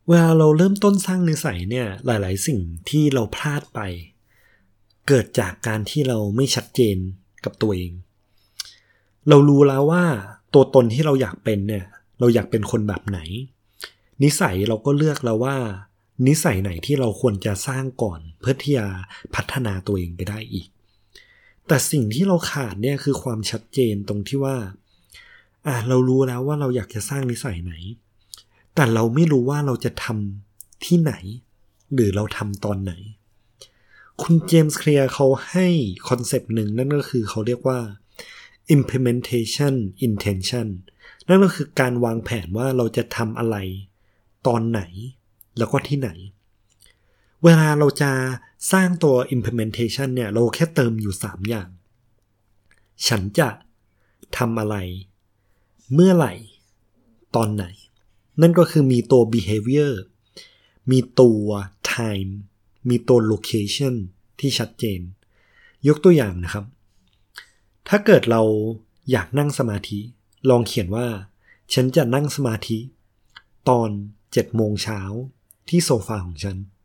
เวลาเราเริ่มต้นสร้างนิสัยเนี่ยหลายๆสิ่งที่เราพลาดไปเกิดจากการที่เราไม่ชัดเจนกับตัวเองเรารู้แล้วว่าตัวตนที่เราอยากเป็นเนี่ยเราอยากเป็นคนแบบไหนนิสัยเราก็เลือกแล้วว่านิสัยไหนที่เราควรจะสร้างก่อนเพื่อที่จะพัฒนาตัวเองไปได้อีกแต่สิ่งที่เราขาดเนี่ยคือความชัดเจนตรงที่ว่าเรารู้แล้วว่าเราอยากจะสร้างนิสัยไหนแต่เราไม่รู้ว่าเราจะทำที่ไหนหรือเราทำตอนไหนคุณเจมส์เคลียร์เขาให้คอนเซปต์หนึ่งนั่นก็คือเขาเรียกว่า implementation intention นั่นก็คือการวางแผนว่าเราจะทำอะไรตอนไหนแล้วก็ที่ไหนเวลาเราจะสร้างตัว implementation เนี่ยเราแค่เติมอยู่3อย่างฉันจะทำอะไรเมื่อไหร่ตอนไหนนั่นก็คือมีตัว behavior มีตัว time มีตัว location ที่ชัดเจนยกตัวอย่างนะครับถ้าเกิดเราอยากนั่งสมาธิลองเขียนว่าฉันจะนั่งสมาธิตอน 7 โมงเช้าที่โซฟาของ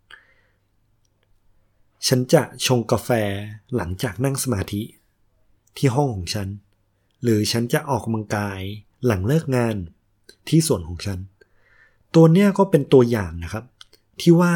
ฉันจะชงกาแฟหลังจากนั่งสมาธิที่ห้องของฉันหรือฉันจะออกกำลังกายหลังเลิกงานที่สวนของฉันตัวเนี้ยก็เป็นตัวอย่างนะครับที่ว่า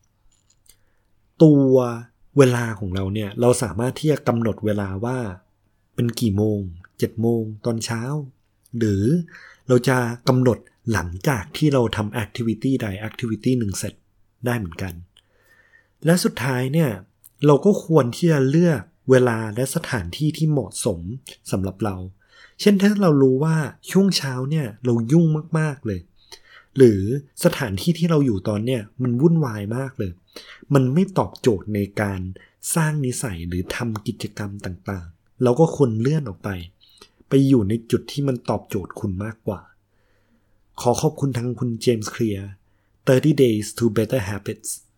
ตัวเวลาของเราเนี่ยเราสามารถที่จะกำหนดเวลาว่าเป็นกี่โมง 7 โมงตอนเช้าหรือเราจะกำหนดหลังจากที่เราทำ activity ใด activity หนึ่งเสร็จได้เหมือนกันและสุดท้ายเนี่ยเราก็ควรที่จะเลือกเวลาและสถานที่ที่เหมาะสมสำหรับเราเช่นถ้าเรารู้ว่าช่วงเช้าเนี่ยเรายุ่งมากๆเลยหรือสถานที่ที่เราอยู่ตอนเนี่ยมันวุ่นวายมากเลยมันไม่ตอบโจทย์ในการสร้างนิสัยหรือทำกิจกรรมต่างๆเราก็ควรเลื่อนออกไปอยู่ในจุดที่มันตอบโจทย์คุณมากกว่าขอขอบคุณทางคุณเจมส์เคลียร์30 days to better habits